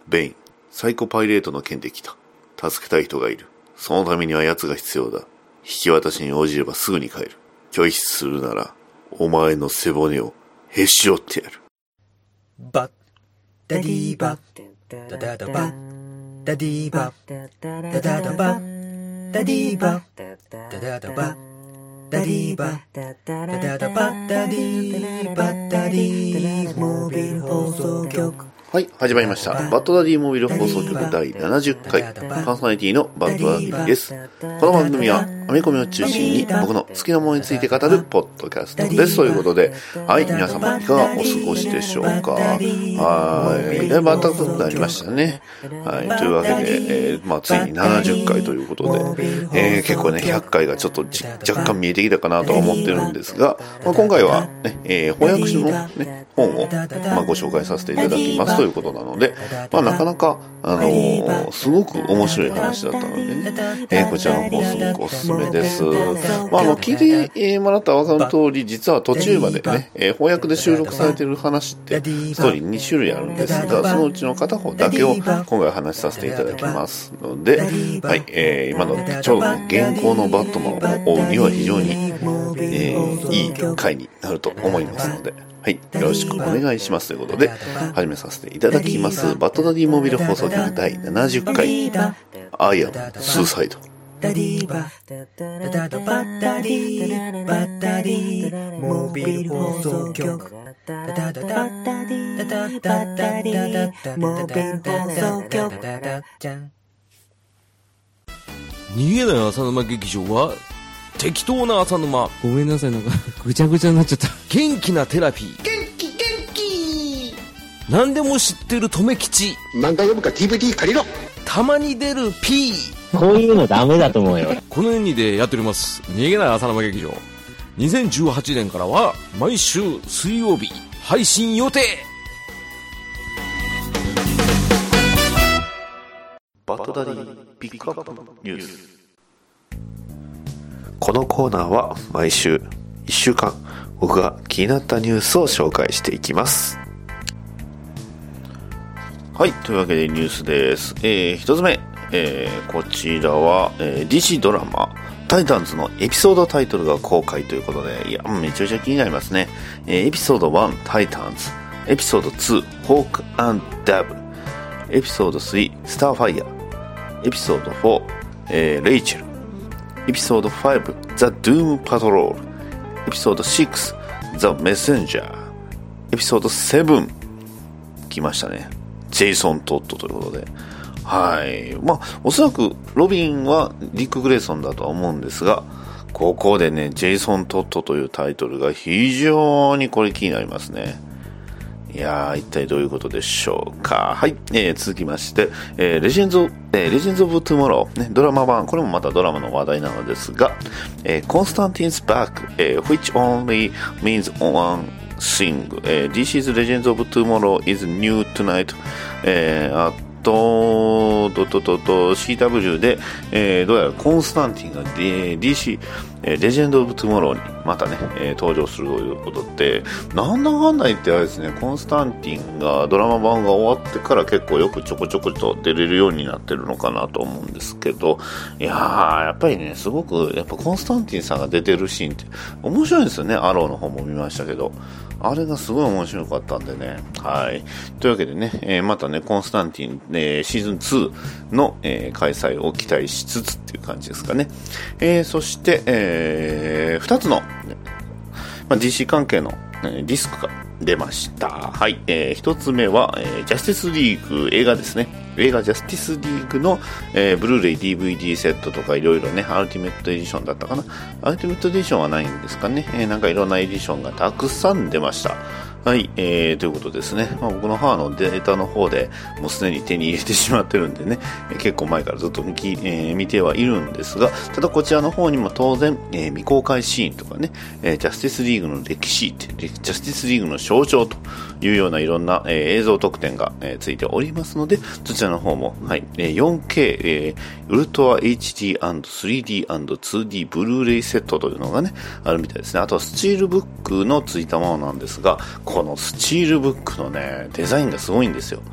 ベイン、サイコパイレートの件で来た。助けたい人がいる。そのためには奴が必要だ。引き渡しに応じればすぐに帰る。拒否するなら、お前の背骨をへし折ってやる。 バッダディーバッダダダバッダディーバッダダダバッダディーバッダダダバッダディーバッダダダバッダディーバッダディーモービル放送局。 はい、始まりました。バッドダディモービル放送局第70回、パーソナリティのバッドダディです。この番組はアメコミを中心に僕の好きなものについて語るポッドキャストです。ということで、はい、皆様いかがお過ごしでしょうか。はい、だいぶ暖かくなりましたね。はい、というわけで、ついに70回ということで、結構ね、100回がちょっと若干見えてきたかなと思ってるんですが、今回はね、翻訳書のね、本を、ご紹介させていただきますということなので、なかなか、すごく面白い話だったのでね、こちらの方すごくおすすめです。聞いてもらったらわかる通り、実は途中までね、翻訳で収録されている話って、ストーリー2種類あるんですが、そのうちの片方だけを今回話しさせていただきますので、はい、今のちょうど現行のバットマンを追うには非常に、いい回になると思いますので、はい、よろしくお願いしますということで始めさせていただきます。バッドダディモービル放送局第70回アイアムスーサイド。 ダディバダダダバッダディバッダディモービル放送局ダダダダダダダダダダモービル放送局逃げない浅沼劇場は適当な浅沼。 ごめんなさい、なんかぐちゃぐちゃになっちゃった。 元気なテラピー。 元気何でも知ってる留吉。 漫画読むか DVD 借りろ。 たまに出る P。 こういうのダメだと思うよ。 この4人でやっております逃げない浅沼劇場、2018年からは毎週水曜日配信予定。 バッドダディピックアップニュース。このコーナーは毎週1週間僕が気になったニュースを紹介していきます。はい、というわけでニュースです。一つ目、こちらは、DC ドラマタイタンズのエピソードタイトルが公開ということで、いやめちゃめちゃ気になりますね。エピソード1タイタンズ、エピソード2ホーク&ダブ、エピソード3スターファイヤー、エピソード4、レイチェル、エピソード5 The Doom Patrol、エピソード6 The Messenger、エピソード7来ましたね、ジェイソン・トッドということで、はい、おそらくロビンはディック・グレイソンだとは思うんですが、ここでねジェイソン・トッドというタイトルが非常にこれ気になりますね。いやー、一体どういうことでしょうか。はい、続きまして、レジェンズ・オブ・トゥモロー、ね、ドラマ版、これもまたドラマの話題なのですが、Constantine's Back、which only means one thing、This is Legends of Tomorrow is new tonight、CW で、どうやらコンスタンティンが、DC、レジェンド・オブ・トゥモローにまたね、登場するということで、なんだかんだ言ってあれですね、コンスタンティンがドラマ版が終わってから結構よくちょこちょこと出れるようになってるのかなと思うんですけど、いやー、やっぱりね、すごくやっぱコンスタンティンさんが出てるシーンって面白いんですよね。アローの方も見ましたけど、あれがすごい面白かったんでね。はい。というわけでね、またね、コンスタンティン、シーズン2の、開催を期待しつつっていう感じですかね。そして、2つの、DC 関係の、ディスクが出ました。はい。1つ目は、ジャスティスリーグ映画ですね。映画ジャスティスリーグの、ブルーレイ DVD セットとかいろいろね、アルティメットエディションだったかな。アルティメットエディションはないんですかね。なんかいろんなエディションがたくさん出ました。はい、ということですね。僕の母のデータの方でもうすでに手に入れてしまってるんでね、結構前からずっと見てはいるんですが、ただこちらの方にも当然、未公開シーンとかね、ジャスティスリーグの歴史って、ジャスティスリーグの象徴というようないろんな、映像特典が、ついておりますので、そちらの方も、はい、4K、ウルトラ HD&3D&2D ブルーレイセットというのがね、あるみたいですね。あとはスチールブックのついたものなんですが、このスチールブックのね、デザインがすごいんですよ。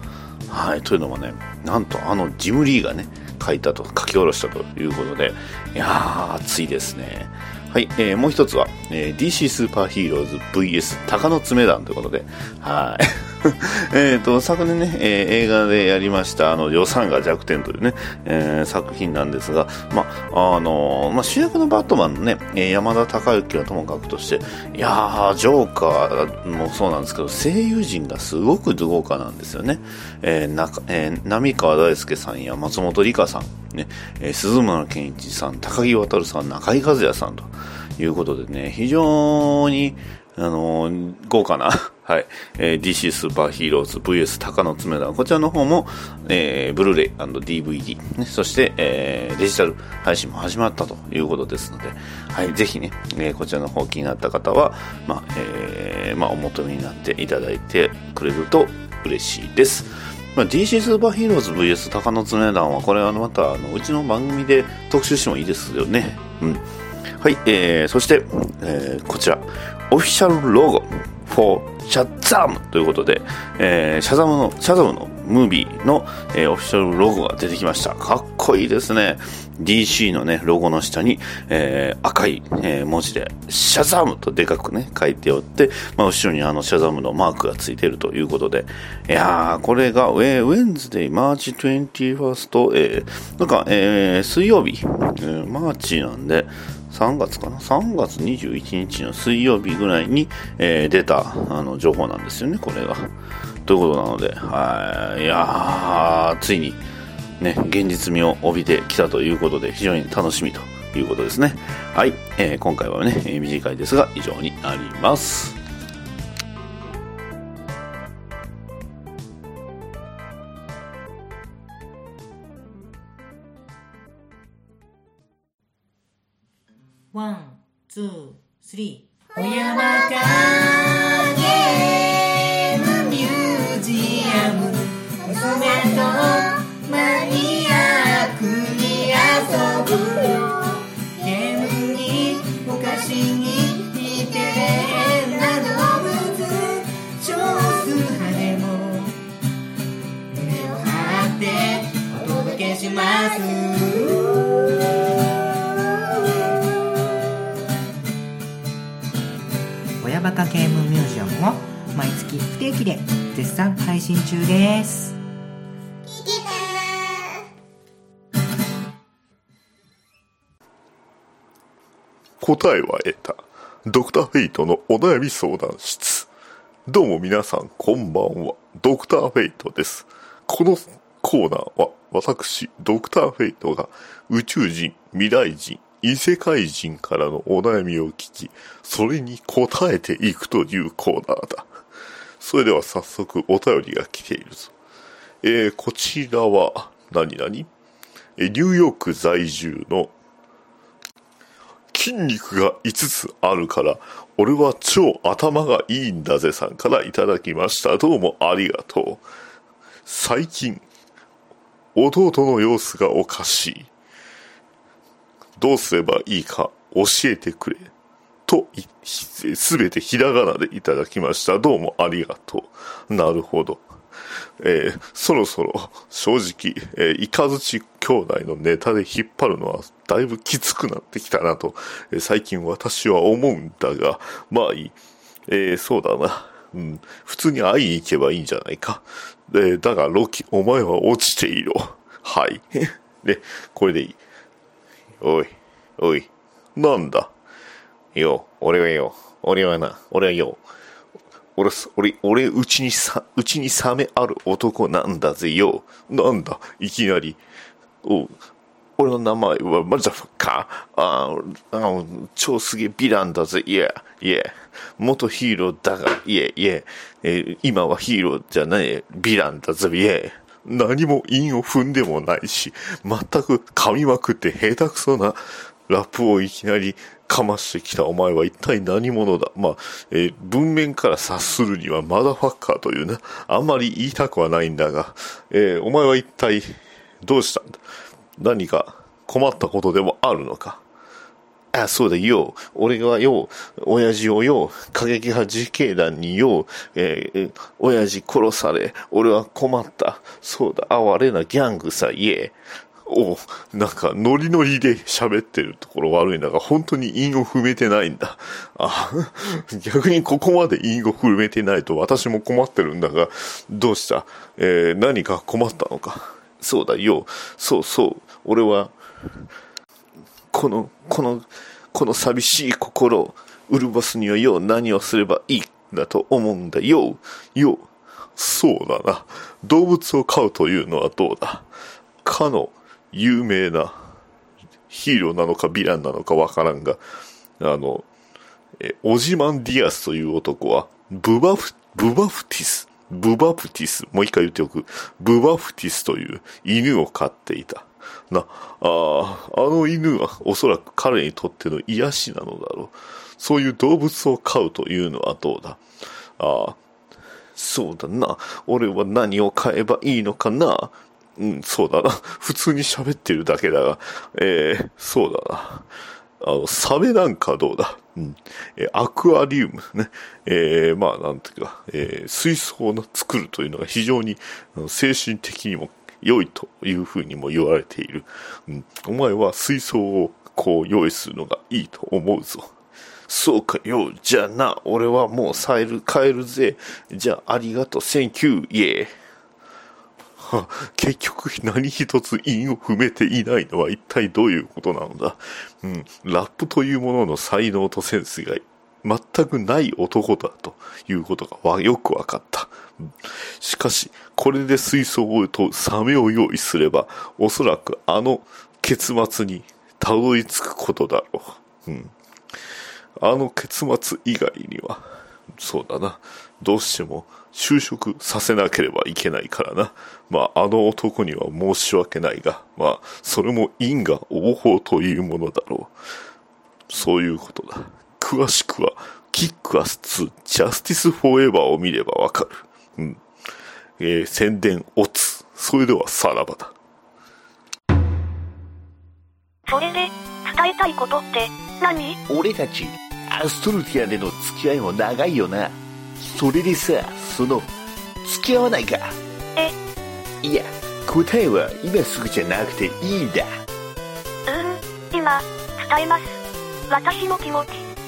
はい、というのもね、なんとジム・リーがね書き下ろしたということで、いやー熱いですね。はい、もう一つは、DC スーパーヒーローズ VS 鷹の爪団ということで、はい昨年ね、映画でやりました予算が弱点というね、作品なんですが、主役のバットマンのね、山田孝之はともかくとして、いやージョーカーもそうなんですけど、声優陣がすごく豪華なんですよね。浪川大輔さんや松本梨香さん、ね、鈴村健一さん、高木渉さん、中井和也さんということでね、非常に豪華なはい、DC スーパーヒーローズ VS 鷹の爪団、こちらの方も、ブルーレイ& DVD、ね、そして、デジタル配信も始まったということですので、はい、ぜひね、こちらの方気になった方は、お求めになっていただいてくれると嬉しいです。DC スーパーヒーローズ VS 鷹の爪団はこれはまたうちの番組で特集してもいいですよね。はい、そして、こちらオフィシャルロゴ for シャザムということで、シャザムのムービーの、オフィシャルロゴが出てきました。かっこいいですね。DC のねロゴの下に、赤い、文字でシャザムとでかくね書いておって、後ろにシャザムのマークがついているということで、いやーこれが、Wednesday March 21st、なんか、水曜日、マーチなんで3月かな、3月21日の水曜日ぐらいに、出た情報なんですよね、これが。ということなので、いやーついにね現実味を帯びてきたということで、非常に楽しみということですね。はい、今回はね短いですが以上になります。 ワン、ツー、スリー。小山かゲームミュージアム、娘とマニアックに遊ぶよ。ゲームにお菓子に似てな動物、少数派でも胸を張ってお届けします。親バカゲームミュージアムも毎月不定期で絶賛配信中です。 答えは得た。ドクターフェイトのお悩み相談室。どうも皆さんこんばんは。ドクターフェイトです。このコーナーは私ドクターフェイトが宇宙人、未来人、異世界人からのお悩みを聞き、それに答えていくというコーナーだ。それでは早速お便りが来ているぞ。こちらはニューヨーク在住の筋肉が5つあるから俺は超頭がいいんだぜさんからいただきました。どうもありがとう。最近弟の様子がおかしい。どうすればいいか教えてくれとすべてひらがなでいただきました。どうもありがとう。なるほど。そろそろ正直、イカズチ兄弟のネタで引っ張るのはだいぶきつくなってきたなと、最近私は思うんだが、まあいい。そうだな。普通に会いに行けばいいんじゃないか。だがロキ、お前は落ちていろ。はい。ね、これでいい。おい、なんだ俺はよ。俺、うちにサメある男なんだぜよ。なんだ、いきなり。俺の名前はマザフカー。超すげえヴィランだぜ。いや。元ヒーローだが、今はヒーローじゃない、ヴィランだぜ。いや。何も韻を踏んでもないし、全く噛みまくって下手くそなラップをいきなりかましてきたお前は一体何者だ。文面から察するにはマザファッカーというね、あんまり言いたくはないんだが、お前は一体どうしたんだ。何か困ったことでもあるのか。 あ、そうだよ。俺がよ、親父をよ、過激派自警団によ、親父殺され、俺は困った。そうだ、哀れなギャングさ、イエー。なんか、ノリノリで喋ってるところ悪いんだが、本当に韻を踏めてないんだ。逆にここまで韻を踏めてないと私も困ってるんだが、どうした？何か困ったのか。そうだよ。そう。俺は、この寂しい心を潤すにはよ、何をすればいいんだと思うんだよ。そうだな。動物を飼うというのはどうだ。かの有名なヒーローなのかヴィランなのかわからんが、オジマンディアスという男は、ブバプティス、もう一回言っておく。ブバプティスという犬を飼っていた。あの犬はおそらく彼にとっての癒しなのだろう。そういう動物を飼うというのはどうだ。そうだな。俺は何を飼えばいいのかな。そうだな。普通に喋ってるだけだが、そうだな。サメなんかどうだ。アクアリウムね。なんていうか、水槽を作るというのが非常に精神的にも良いというふうにも言われている。お前は水槽をこう用意するのがいいと思うぞ。そうかよ。じゃあな、俺はもう帰るぜ。じゃあありがとう。センキュー。イエー。結局何一つ韻を踏めていないのは一体どういうことなのだ。ラップというものの才能とセンスが全くない男だということがよくわかった。しかし、これで水槽とサメを用意すれば、おそらくあの結末にたどり着くことだろう。あの結末以外には、そうだな、どうしても就職させなければいけないからな。あの男には申し訳ないが、それも因果応報というものだろう。そういうことだ。詳しくは、キックアス2ジャスティスフォーエバーを見ればわかる。宣伝オツ。それではさらばだ。 それで、伝えたいことって何？ 俺たちアストルティアでの付き合いも長いよな。それでさ、付き合わないか？いや、答えは今すぐじゃなくていいんだ。 今伝えます。私の気持ち。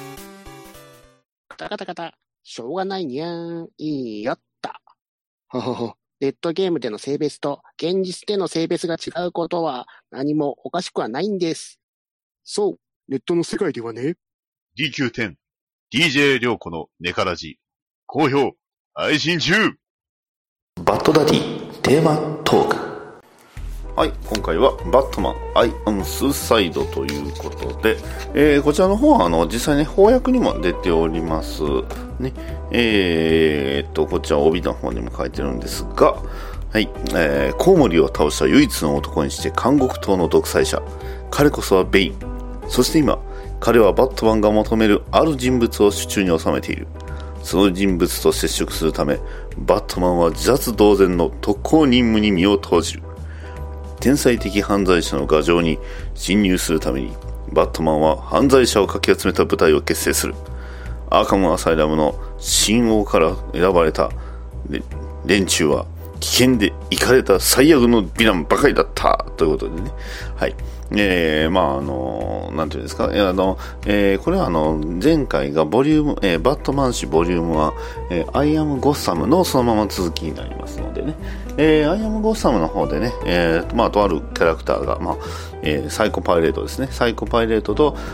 カタカタ、しょうがないにゃーん。いいよった。ネットゲームでの性別と現実での性別が違うことは何もおかしくはないんです。そう、ネットの世界ではね。 DQ10、DJ 涼子のネカラジ、好評配信中。 バッドダディテーマトーク。はい、今回はバットマンアイアムスーサイドということで、こちらの方は実際に翻訳にも出ておりますね。こちら帯の方にも書いてるんですが、はい、コウモリを倒した唯一の男にして監獄島の独裁者、彼こそはベイン。そして今、彼はバットマンが求めるある人物を手中に収めている。その人物と接触するため、バットマンは自殺同然の特攻任務に身を投じる。天才的犯罪者の牙城に侵入するために、バットマンは犯罪者をかき集めた部隊を結成する。アーカムアサイラムの神王から選ばれた連中は危険でイカれた最悪のヴィランばかりだったということでね。はい。なんていうんですか、これは前回がボリューム、バットマン誌ボリュームは、アイアムゴッサムのそのまま続きになりますのでね。アイアムゴッサムの方でね、とあるキャラクターが、サイコパイレートですね。サイコパイレートと、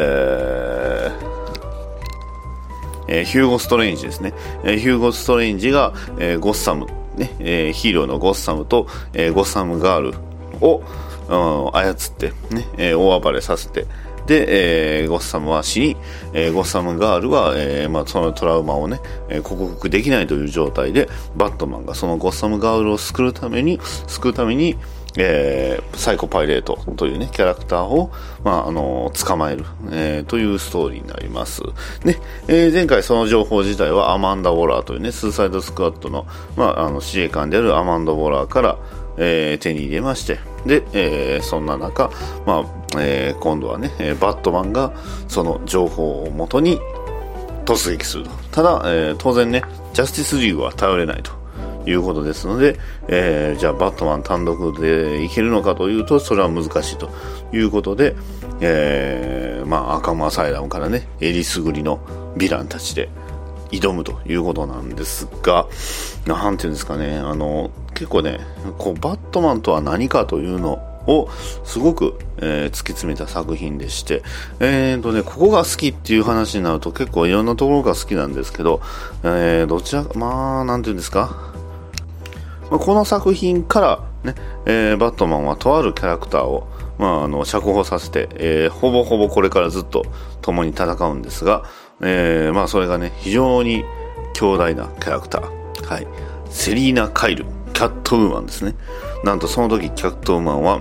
ヒューゴ・ストレンジですね。ヒューゴ・ストレンジが、ゴッサム、ね、ヒーローのゴッサムと、ゴッサムガールを操ってね、大暴れさせて、で、ゴッサムは死に、ゴッサムガールは、そのトラウマをね、克服できないという状態で、バットマンがそのゴッサムガールを救うために、サイコパイレートというね、キャラクターを、捕まえる、というストーリーになります。ね、前回その情報自体はアマンダ・ウォラーというね、スーサイドスクワットの、司令官であるアマンダ・ウォラーから、 手に入れまして、で、そんな中、今度はね、バットマンがその情報をもとに突撃すると。ただ、当然ね、ジャスティスリーグは頼れないということですので、じゃあバットマン単独でいけるのかというと、それは難しいということで、アーカムアサイラムからね、えりすぐりのヴィランたちで挑むということなんですが、なんていうんですかね、結構ね、バットマンとは何かというのをすごく、突き詰めた作品でして、ここが好きっていう話になると結構いろんなところが好きなんですけど、どちら、なんていうんですか、この作品からね、バットマンはとあるキャラクターを釈放させて、ほぼほぼこれからずっと共に戦うんですが、それがね、非常に強大なキャラクター、はい、セリーナ・カイル、キャットウーマンですね。なんとその時キャットウーマンは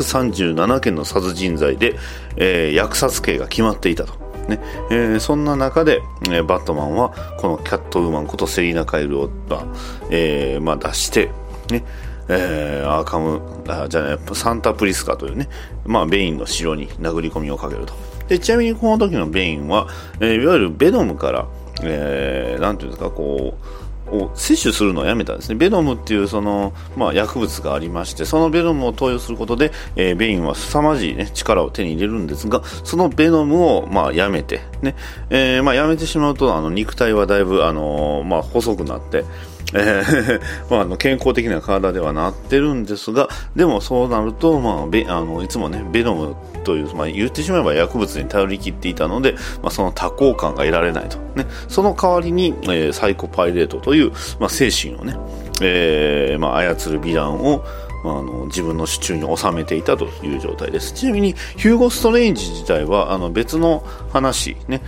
237件の殺人罪で、虐殺刑が決まっていたと、ね。そんな中で、バットマンはこのキャットウーマンことセリーナ・カイルを、出して、ね、アーカムサンタプリスカというね、ベインの城に殴り込みをかけると。で、ちなみにこの時のベインは、いわゆるベノムから、なんていうんですか、摂取するのをやめたんですね。ベノムっていう薬物がありまして、そのベノムを投与することで、ベインは凄まじい、ね、力を手に入れるんですが、そのベノムをやめて、ね、やめてしまうと肉体はだいぶ細くなって、健康的な体ではなってるんですが、でもそうなると、いつもね、ベノムという、言ってしまえば薬物に頼り切っていたので、その多幸感が得られないと、ね、その代わりに、サイコパイレートという、精神をね、操るヴィランを自分の手中に収めていたという状態です。ちなみにヒューゴ・ストレンジ自体は別の話ね、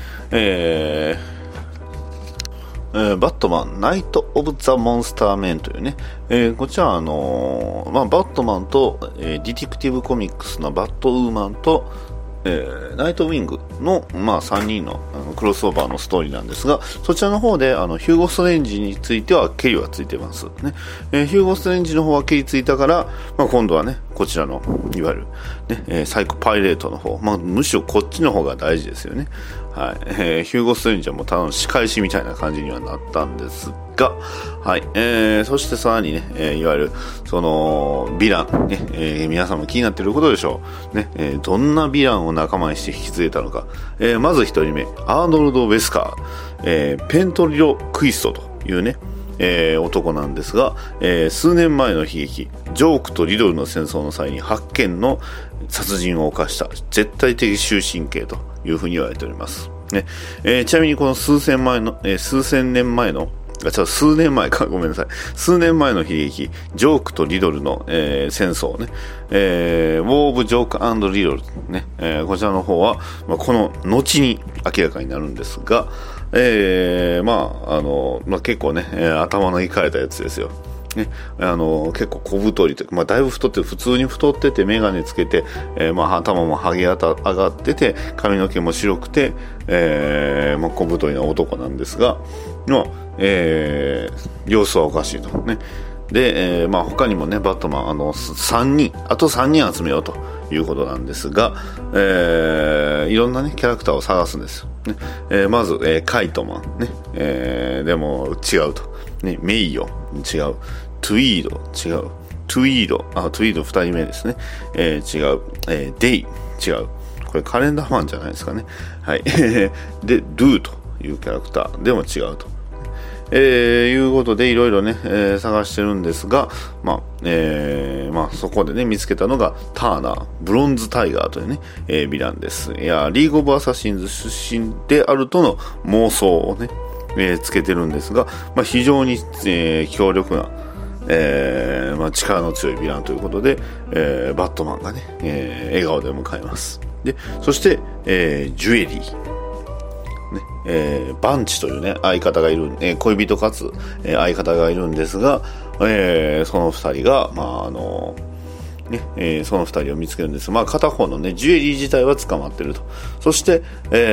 バットマンナイト・オブ・ザ・モンスター・メンというね、こちらはバットマンと、ディティクティブコミックスのバットウーマンと、ナイトウィングの、3人のクロスオーバーのストーリーなんですが、そちらの方でヒューゴ・ストレンジについてはケリはついてます、ね。ヒューゴ・ストレンジの方はケリついたから、今度はね、こちらのいわゆる、ね、サイコパイレートの方、むしろこっちの方が大事ですよね。はい。ヒューゴ・ストレンジはもうただの仕返しみたいな感じにはなったんですが、はい。そしてさらにね、いわゆるそのヴィラン、ね、皆さんも気になっていることでしょう。ね、どんなヴィランを仲間にして引き連れたのか。まず一人目、アーノルド・ウェスカー、ペントリロ・クイストというね、男なんですが、数年前の悲劇、ジョークとリドルの戦争の際に8件の殺人を犯した絶対的終身刑というふうに言われております。ね、ちなみにこの数千年前の数年前か、ごめんなさい。数年前の悲劇、ジョークとリドルの、戦争ね、ウォー・オブ・ジョーク&リドルね、こちらの方は、この後に明らかになるんですが、結構ね、頭のいかれたやつですよ。ね、結構小太りというか、だいぶ太って、普通に太ってて、メガネつけて、頭もハゲ上がってて、髪の毛も白くて、小太りな男なんですが、様子はおかしいと。ね。で、他にもね、バットマン、あと3人集めようということなんですが、いろんなね、キャラクターを探すんですよ。ね。まず、カイトマン、ね。でも、違うと。ね、メイヨ、違う。トゥイード、違う。トゥイード2人目ですね。違う。デイ、違う。これカレンダーマンじゃないですかね。はい。で、ドゥというキャラクターでも違うと。いうことでいろいろね、探してるんですが、そこでね、見つけたのがターナー、ブロンズタイガーというね、ヴィランです。リーグオブアサシンズ出身であるとの妄想をね、つけてるんですが、非常に、強力な、力の強いヴィランということで、バットマンがね、笑顔で迎えます。で、そして、ジュエリー。ね、バンチというね、相方がいる、恋人かつ、相方がいるんですが、その二人が、 ね、その2人を見つけるんです。まあ、片方のね、ジュエリー自体は捕まってると。そして、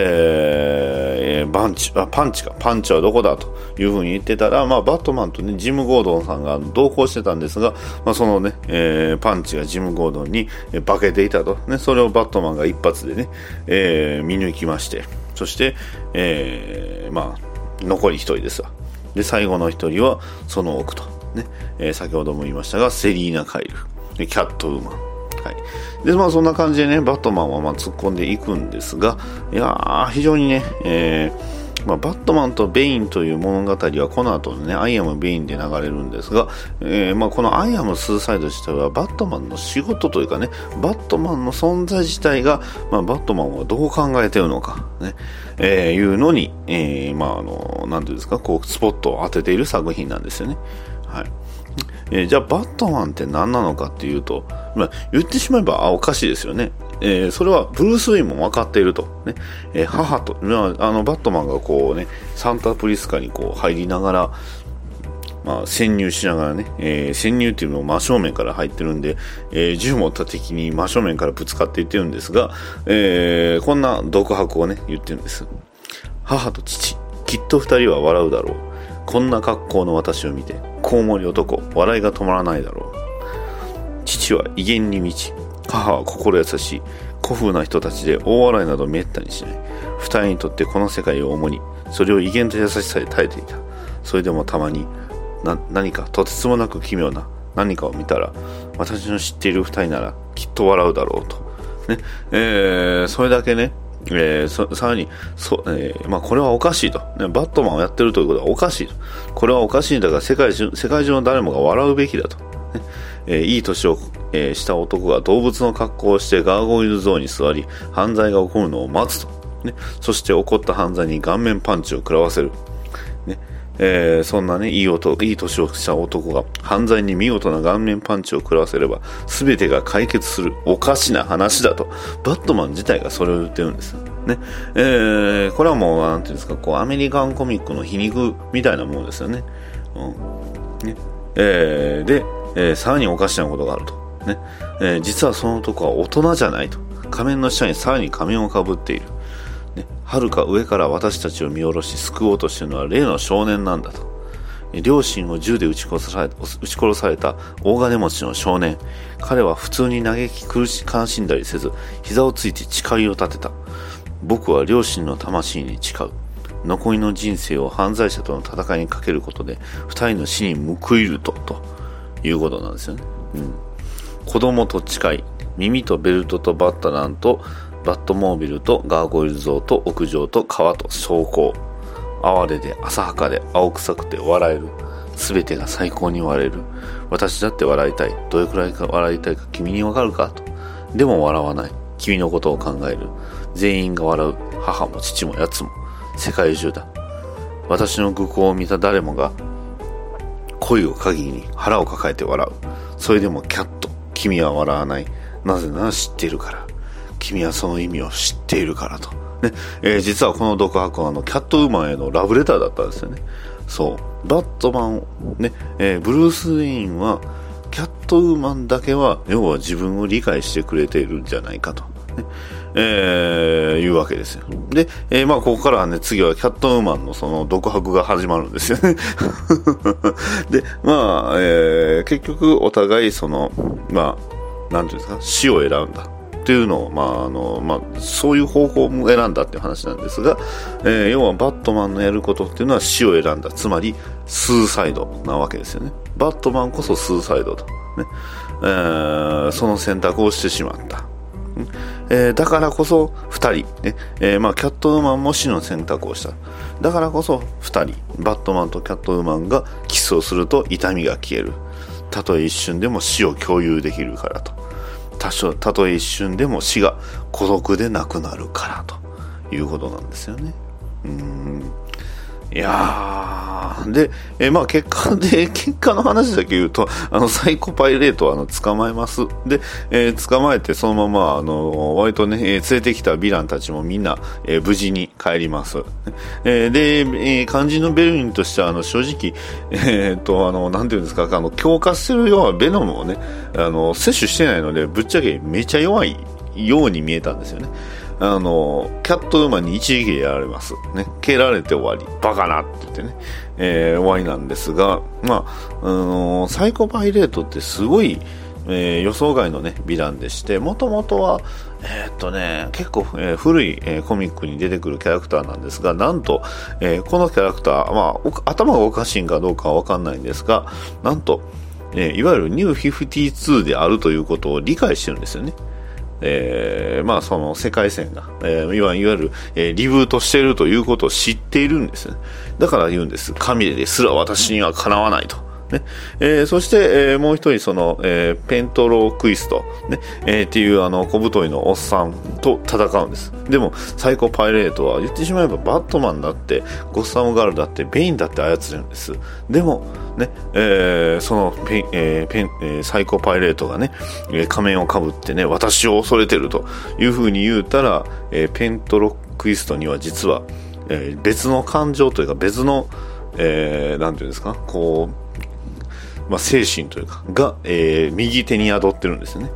パンチはどこだというふうに言ってたら、まあ、バットマンとね、ジム・ゴードンさんが同行してたんですが、まあ、そのね、パンチがジム・ゴードンに化けていたと。ね、それをバットマンが一発でね、見抜きまして、そして、まあ、残り1人ですわ。で、最後の1人は、その奥と。ね、先ほども言いましたが、セリーナ・カイル。でキャットウーマン。はい。で、まあそんな感じでね、バットマンはまあ突っ込んでいくんですが、いやー、非常にね、まあ、バットマンとベインという物語はこの後のね、アイアム・ベインで流れるんですが、まあこのアイアム・スーサイド自体はバットマンの仕事というかね、バットマンの存在自体が、まあバットマンはどう考えているのか、ね、いうのに、まあなんていうんですか、こうスポットを当てている作品なんですよね。はい。じゃあバットマンって何なのかっていうと、まあ、言ってしまえばおかしいですよね。それはブルース・ウェインも分かっていると、ね、母と、まあ、バットマンがこうね、サンタプリスカにこう入りながら、まあ、潜入しながらね、潜入っていうのを真正面から入ってるんで、銃持った敵に真正面からぶつかっていってるんですが、こんな独白をね、言ってるんです。母と父、きっと二人は笑うだろう。こんな格好の私を見て、コウモリ男、笑いが止まらないだろう。父は威厳に満ち、母は心優しい、古風な人たちで大笑いなどめったにしない。二人にとってこの世界を主に、それを威厳と優しさで耐えていた。それでもたまに、何かとてつもなく奇妙な何かを見たら、私の知っている二人ならきっと笑うだろうと。ね、それだけね、さらにまあ、これはおかしいと、ね、バットマンをやってるということはおかしいと、これはおかしいんだから世界中の誰もが笑うべきだと、ね、いい年を、した男が動物の格好をしてガーゴイル像に座り犯罪が起こるのを待つと、ね、そして起こった犯罪に顔面パンチを食らわせる、ね、そんなね、いい年をした男が犯罪に見事な顔面パンチを食らわせれば全てが解決するおかしな話だとバットマン自体がそれを言ってるんですね。これはもうなんていうんですか、こうアメリカンコミックの皮肉みたいなものですよね。ね、で、さらにおかしなことがあると、ね、実はその男は大人じゃないと、仮面の下にさらに仮面をかぶっている。遥か上から私たちを見下ろし救おうとしているのは例の少年なんだと。両親を銃で撃ち殺された大金持ちの少年。彼は普通に嘆き悲しんだりせず、膝をついて誓いを立てた。僕は両親の魂に誓う。残りの人生を犯罪者との戦いにかけることで二人の死に報いるということなんですよね。子供と誓い、耳とベルトとバッタランとバットモービルとガーゴイル像と屋上と川と走行。哀れで浅はかで青臭くて笑える。すべてが最高に笑える。私だって笑いたい。どれくらいか笑いたいか君にわかるかと。でも笑わない。君のことを考える。全員が笑う。母も父も奴も。世界中だ。私の愚行を見た誰もが恋を限りに腹を抱えて笑う。それでもキャット、君は笑わない。なぜなら知っているから。君はその意味を知っているからと、ね。実はこの独白はキャットウーマンへのラブレターだったんですよね。そう。バットマン、ね、ブルース・ウェインはキャットウーマンだけは要は自分を理解してくれているんじゃないかと、ね、いうわけですよ。で、まあここからはね、次はキャットウーマンのその独白が始まるんですよね。で、まあ、結局お互いその、まあ、なんていうんですか、死を選んだ。っていうのを、まあ、そういう方法も選んだっていう話なんですが、要はバットマンのやることっていうのは死を選んだ。つまり、スーサイドなわけですよね。バットマンこそスーサイドと。ね、その選択をしてしまった。だからこそ2人、ね、まあ、キャットウーマンも死の選択をした。だからこそ2人、バットマンとキャットウーマンがキスをすると痛みが消える。たとえ一瞬でも死を共有できるからと。たとえ一瞬でも死が孤独でなくなるからということなんですよね。 いやー、で、まあ結果の話だけ言うと、サイコパイレートは捕まえます。で、捕まえてそのまま、割とね、連れてきたヴィランたちもみんな、無事に帰ります。で、肝心のベルリンとしては、正直、なんていうんですか、強化してるようなベノムをね、摂取してないので、ぶっちゃけめっちゃ弱いように見えたんですよね。キャットウーマンに一撃でやられます。ね。蹴られて終わり。バカなって言ってね。終わりなんですが、まあ、サイコパイレートってすごい、予想外のね、ヴィランでして、もともとは、結構、古い、コミックに出てくるキャラクターなんですが、なんと、このキャラクター、まあ、頭がおかしいんかどうかはわかんないんですが、なんと、いわゆるニュー52であるということを理解してるんですよね。まあその世界線が、いわゆる、リブートしているということを知っているんですね。だから言うんです。神ですら私にはかなわないと。ね。そして、もう一人その、ペントロクイスト、ねっていう小太いのおっさんと戦うんです。でもサイコパイレートは言ってしまえばバットマンだってゴッサムガールだってベインだって操れるんです。でもね、そのサイコパイレートがね、仮面をかぶってね、私を恐れてるという風に言うたら、ペントロクイストには実は、別の感情というか別の、なんていうんですか、こう、まあ、精神というかが、右手に宿ってるんですよね。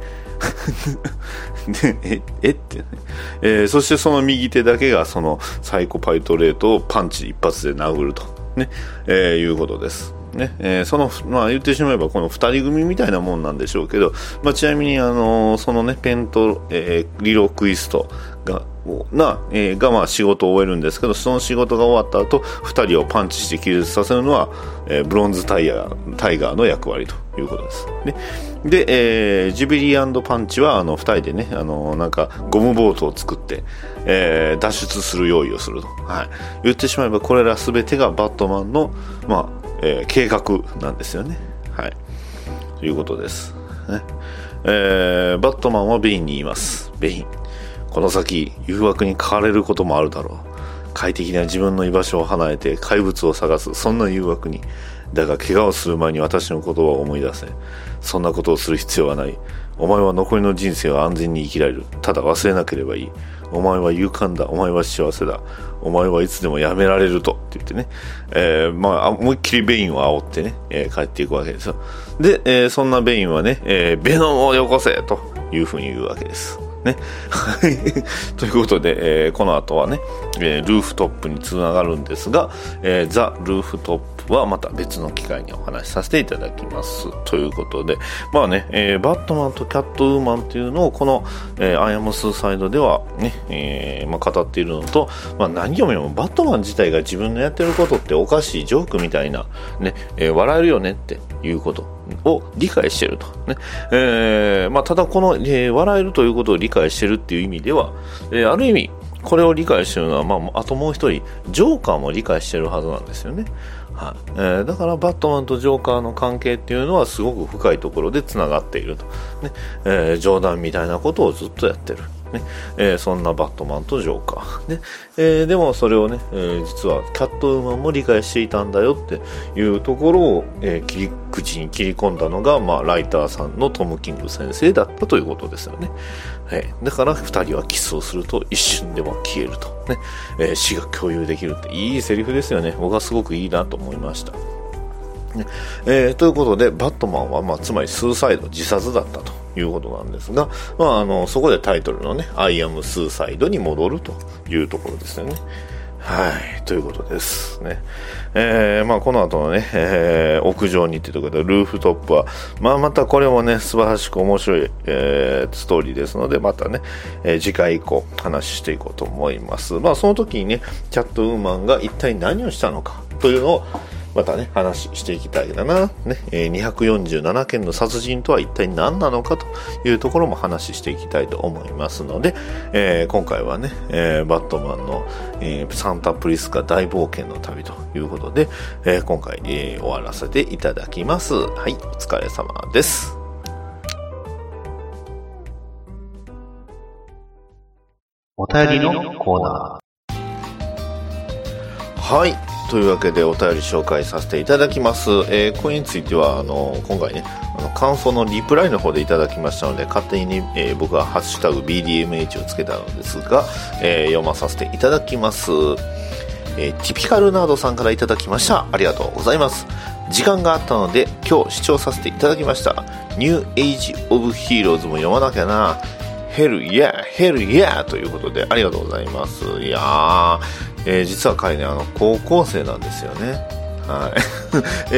でってね、そしてその右手だけがそのサイコパイトレートをパンチ一発で殴ると、ねいうことです。ねまあ、言ってしまえばこの二人組みたいなもんなんでしょうけど、まあ、ちなみにそのねペント、リロクイストがまあ仕事を終えるんですけど、その仕事が終わった後2人をパンチして気絶させるのは、ブロンズタイガーの役割ということです、ね、で、ジュビリー&パンチは2人でねなんかゴムボートを作って、脱出する用意をすると、はい、言ってしまえばこれら全てがバットマンの、まあ計画なんですよね、はい、ということです、ねバットマンはベインに言います。ベイン、この先誘惑に駆られることもあるだろう。快適な自分の居場所を離れて怪物を探す、そんな誘惑に。だが怪我をする前に私の言葉を思い出せ。そんなことをする必要はない。お前は残りの人生を安全に生きられる。ただ忘れなければいい。お前は勇敢だ。お前は幸せだ。お前はいつでもやめられるとって言ってね、まあ思いっきりベインを煽ってね、帰っていくわけですよ。で、そんなベインはね、ベノムをよこせというふうに言うわけです。ね。ということで、この後はね、ルーフトップにつながるんですが、ザ・ルーフトップはまた別の機会にお話しさせていただきますということで、まあね、バットマンとキャットウーマンというのをこの、アイアムスーサイドではね、まあ、語っているのと、まあ、何よりもバットマン自体が自分のやってることっておかしいジョークみたいな、ね笑えるよねっていうことを理解していると、ねまあ、ただこの、笑えるということを理解しているっていう意味では、ある意味これを理解しているのは、まあ、あともう一人ジョーカーも理解しているはずなんですよね。はいだからバットマンとジョーカーの関係っていうのはすごく深いところでつながっていると、ね冗談みたいなことをずっとやってる、ねそんなバットマンとジョーカー、ねでもそれをね、実はキャットウーマンも理解していたんだよっていうところを、切り口に切り込んだのが、まあ、ライターさんのトム・キング先生だったということですよね。だから2人はキスをすると一瞬でも消えると、ね死が共有できるっていいセリフですよね。僕はすごくいいなと思いました。ということでバットマンは、まあ、つまりスーサイド自殺だったということなんですが、まあ、そこでタイトルのねアイアムスーサイドに戻るというところですよね。はいということですね。まあ、この後のね、屋上にっていうところでルーフトップは、まあ、またこれもね素晴らしく面白い、ストーリーですのでまたね、次回以降話していこうと思います。まあ、その時にねキャットウーマンが一体何をしたのかというのをまたね話していきたいな、ね247件の殺人とは一体何なのかというところも話していきたいと思いますので、今回はね、バットマンの、サンタプリスカ大冒険の旅ということで、今回、終わらせていただきます。はい、お疲れ様です。 お便りのコーナー。 はいというわけでお便り紹介させていただきます。これについては今回ね感想のリプライの方でいただきましたので、勝手にね、僕はハッシュタグ BDMH をつけたのですが、読まさせていただきます。ティピカルナードさんからいただきました。ありがとうございます。時間があったので今日視聴させていただきました。ニューエイジオブヒーローズも読まなきゃな。ヘルイヤーヘルイヤーということでありがとうございます。いやー、実は彼ね高校生なんですよね。はい。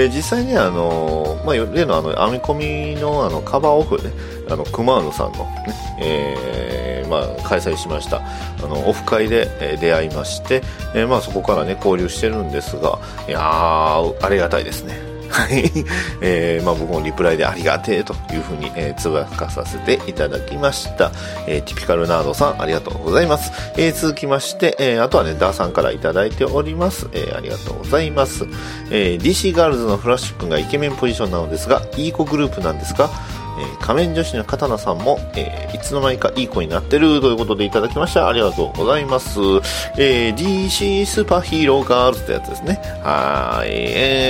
実際ね例の編み込みのカバーオフねクマーヌさんのね、開催しましたオフ会で、出会いまして、そこからね交流してるんですが、いやーありがたいですね。はい。僕もリプライでありがてえというふうに、つぶやかさせていただきました。ティピカルナードさんありがとうございます。続きまして、あとはねダーさんからいただいております。ありがとうございます。DC ガールズのフラッシュ君がイケメンポジションなのですが、いい子グループなんですか？仮面女子の刀さんも、いつの間にかいい子になってるということでいただきました。ありがとうございます。DC スーパーヒーローガールズってやつですね。はい。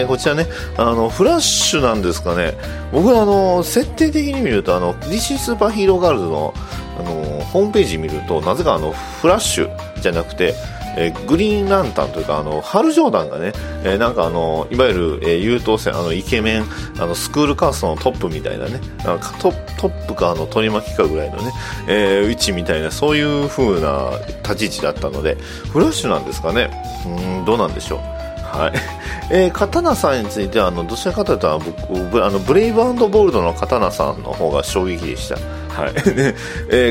こちらねフラッシュなんですかね。僕は設定的に見るとDC スーパーヒーローガールズのホームページ見るとなぜかフラッシュじゃなくてグリーンランタンというかハルジョーダンがね、なんかいわゆる、優等生イケメンスクールカーストのトップみたいなねトップか取り巻きかぐらいのね、位置みたいなそういう風な立ち位置だったのでフラッシュなんですかね。どうなんでしょう。はい。刀さんについてはどちらかというと僕ブレイブ&ボールドの刀さんの方が衝撃でした。はい。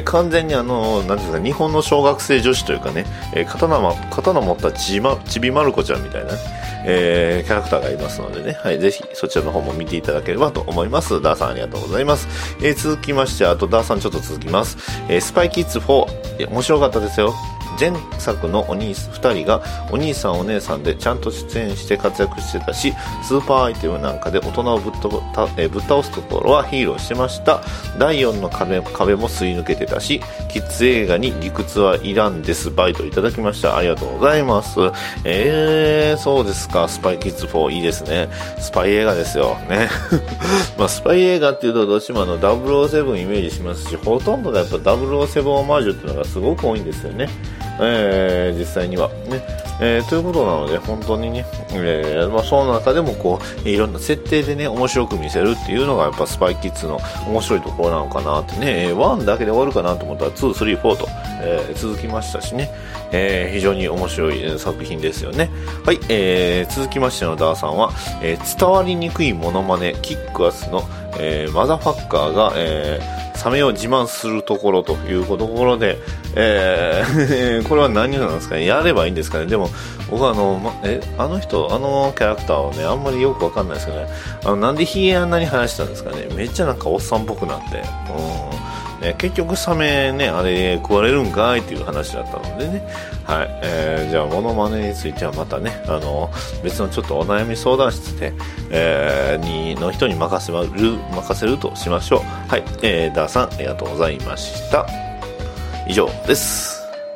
完全になんていうんですか、日本の小学生女子というかね、刀持ったちびまる子ちゃんみたいな、キャラクターがいますのでね、はい、ぜひそちらの方も見ていただければと思います。ダーさんありがとうございます。続きまして、あとダーさんちょっと続きます。スパイキッズ4、面白かったですよ。前作の2人がお兄さんお姉さんでちゃんと出演して活躍してたし、スーパーアイテムなんかで大人をぶっ倒すところはヒーローしてました。第4の壁もすり抜けてたし、キッズ映画に理屈はいらんですバイトいただきました。ありがとうございます。そうですか。スパイキッズ4いいですね。スパイ映画ですよね。スパイ映画っていうとどうしても007イメージしますし、ほとんどがやっぱ007オマージュっていうのがすごく多いんですよね。実際にはね、ということなので本当にね、その中でもいろんな設定でね面白く見せるっていうのがやっぱスパイキッズの面白いところなのかなってね、1だけで終わるかなと思ったら2、3、4と、続きましたしね、非常に面白い作品ですよね。はい、続きましてのダーさんは、伝わりにくいモノマネキックアスの、マザファッカーが、サメを自慢するところというところで、これは何なんですかね。やればいいんですかね。でも僕はあの人キャラクターをねあんまりよくわかんないですけどね、なんでヒゲあんなに話したんですかね。めっちゃなんかおっさんっぽくなって、結局サメねあれ食われるんかいっていう話だったのでね。はい。じゃあモノマネについてはまたね別のちょっとお悩み相談室で、の人に任せるとしましょう。はい。ダーさんありがとうございました。以上です。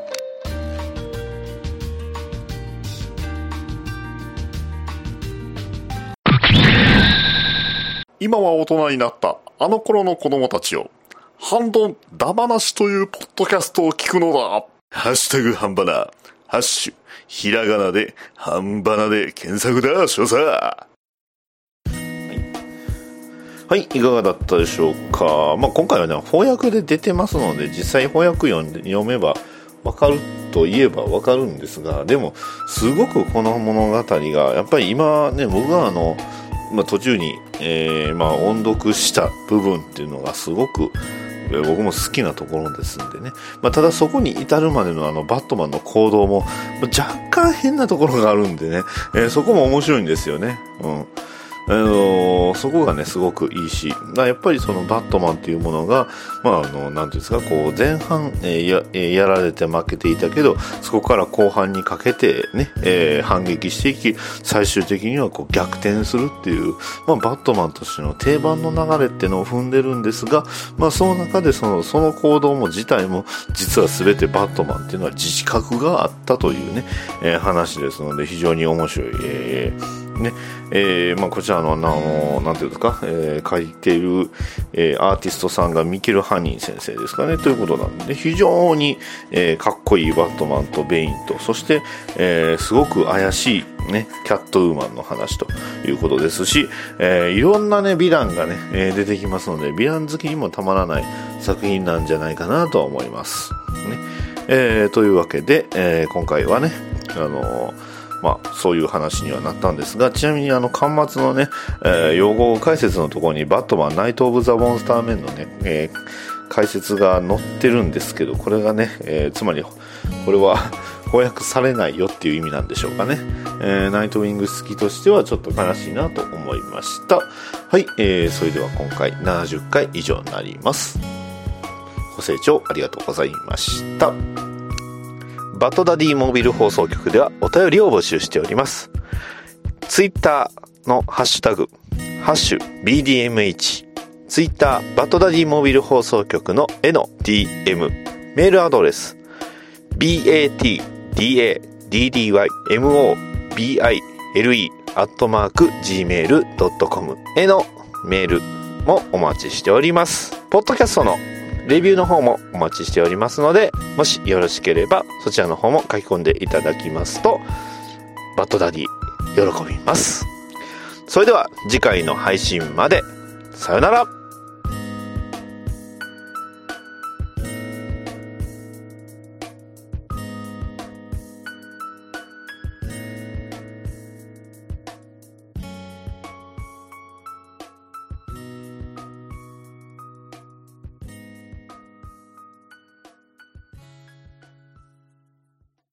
今は大人になったあの頃の子供たちよ、半ドンダバなしというポッドキャストを聞くのだ。ハッシュタグ半ばな、ハッシュひらがなで半ばなで検索だ少佐。 はい、いかがだったでしょうか。今回はね翻訳で出てますので実際翻訳読めばわかるといえばわかるんですが、でもすごくこの物語がやっぱり今ね僕が途中に、音読した部分っていうのがすごく僕も好きなところですんでね。ただそこに至るまでのバットマンの行動も若干変なところがあるんでね、そこも面白いんですよね。 そこがねすごくいいし、やっぱりそのバットマンっていうものが、なんていうんですか、こう前半、やられて負けていたけど、そこから後半にかけてね、反撃していき、最終的にはこう逆転するっていう、バットマンとしての定番の流れっていうのを踏んでるんですが、その中でその行動も自体も実は全てバットマンっていうのは自覚があったというね、話ですので、非常に面白い、こちらのなんていうんですか、書いている、アーティストさんがミケル・ハニー先生ですかね、ということなんで、非常に、かっこいいバットマンとベインと、そして、すごく怪しいね、キャットウーマンの話ということですし、いろんなね、ヴィランがね、出てきますので、ヴィラン好きにもたまらない作品なんじゃないかなと思います。ね。というわけで、今回はね、そういう話にはなったんですが、ちなみに巻末のね、用語解説のところにバットマンナイト・オブ・ザ・モンスター・メンのね、解説が載ってるんですけど、これがね、つまりこれは翻訳されないよっていう意味なんでしょうかね。ナイトウィング好きとしてはちょっと悲しいなと思いました。はい、それでは今回70回以上になります。ご清聴ありがとうございました。バッドダディモービル放送局ではお便りを募集しております。ツイッターのハッシュタグ#BDMH、ツイッターバッドダディモービル放送局のへの DM、メールアドレス BATDADDYMOBILE@gmail.com へのメールもお待ちしております。ポッドキャストのレビューの方もお待ちしておりますので、もしよろしければそちらの方も書き込んでいただきますとバッドダディ喜びます。それでは次回の配信まで、さよなら。